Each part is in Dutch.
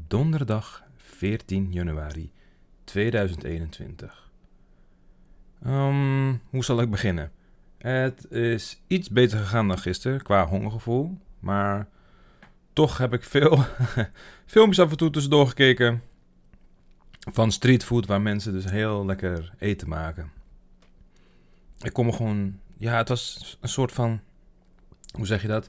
donderdag 14 januari 2021. Hoe zal ik beginnen? Het is iets beter gegaan dan gisteren qua hongergevoel, maar toch heb ik veel filmpjes af en toe tussendoor gekeken van streetfood waar mensen dus heel lekker eten maken. Ik kom er gewoon, het was een soort van, hoe zeg je dat?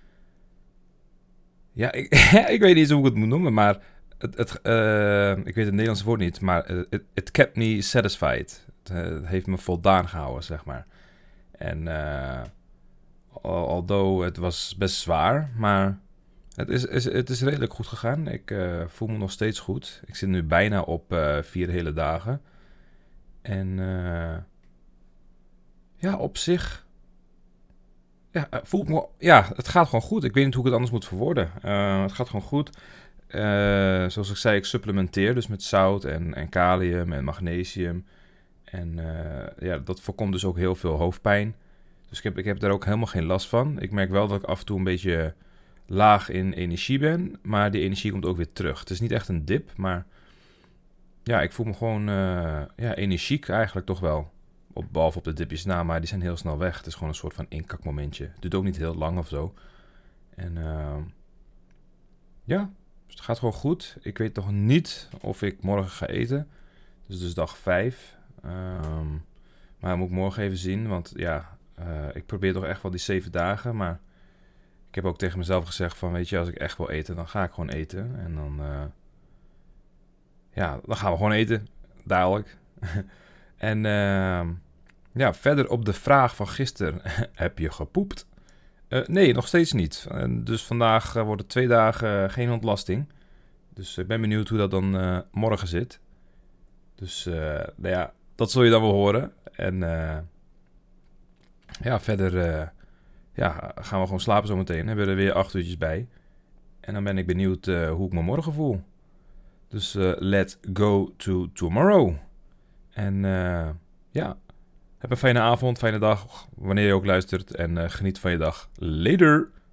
Ja, ik weet niet hoe ik het moet noemen, maar ik weet het Nederlandse woord niet, maar it kept me satisfied. Het heeft me voldaan gehouden, zeg maar. En although het was best zwaar, maar het is redelijk goed gegaan. Ik voel me nog steeds goed. Ik zit nu bijna op 4 hele dagen. En op zich... het gaat gewoon goed. Ik weet niet hoe ik het anders moet verwoorden. Het gaat gewoon goed. Zoals ik zei, ik supplementeer dus met zout en kalium en magnesium. En dat voorkomt dus ook heel veel hoofdpijn. Dus ik heb daar ook helemaal geen last van. Ik merk wel dat ik af en toe een beetje laag in energie ben. Maar die energie komt ook weer terug. Het is niet echt een dip, maar ik voel me gewoon energiek eigenlijk toch wel. Behalve op de dipjes na, maar die zijn heel snel weg. Het is gewoon een soort van inkakmomentje. Het duurt ook niet heel lang of zo. En dus het gaat gewoon goed. Ik weet nog niet of ik morgen ga eten. Dus dag 5. Maar dat moet ik morgen even zien. Want ik probeer toch echt wel die 7 dagen. Maar ik heb ook tegen mezelf gezegd van, weet je, als ik echt wil eten, dan ga ik gewoon eten. En dan, dan gaan we gewoon eten. Dadelijk. En verder op de vraag van gisteren, heb je gepoept? Nee, nog steeds niet. Dus vandaag worden 2 dagen geen ontlasting. Dus ik ben benieuwd hoe dat dan morgen zit. Dus dat zul je dan wel horen. En verder gaan we gewoon slapen zometeen. Hebben we er weer 8 uurtjes bij. En dan ben ik benieuwd hoe ik me morgen voel. Dus let's go to tomorrow. En heb een fijne avond, fijne dag, wanneer je ook luistert. En geniet van je dag. Later!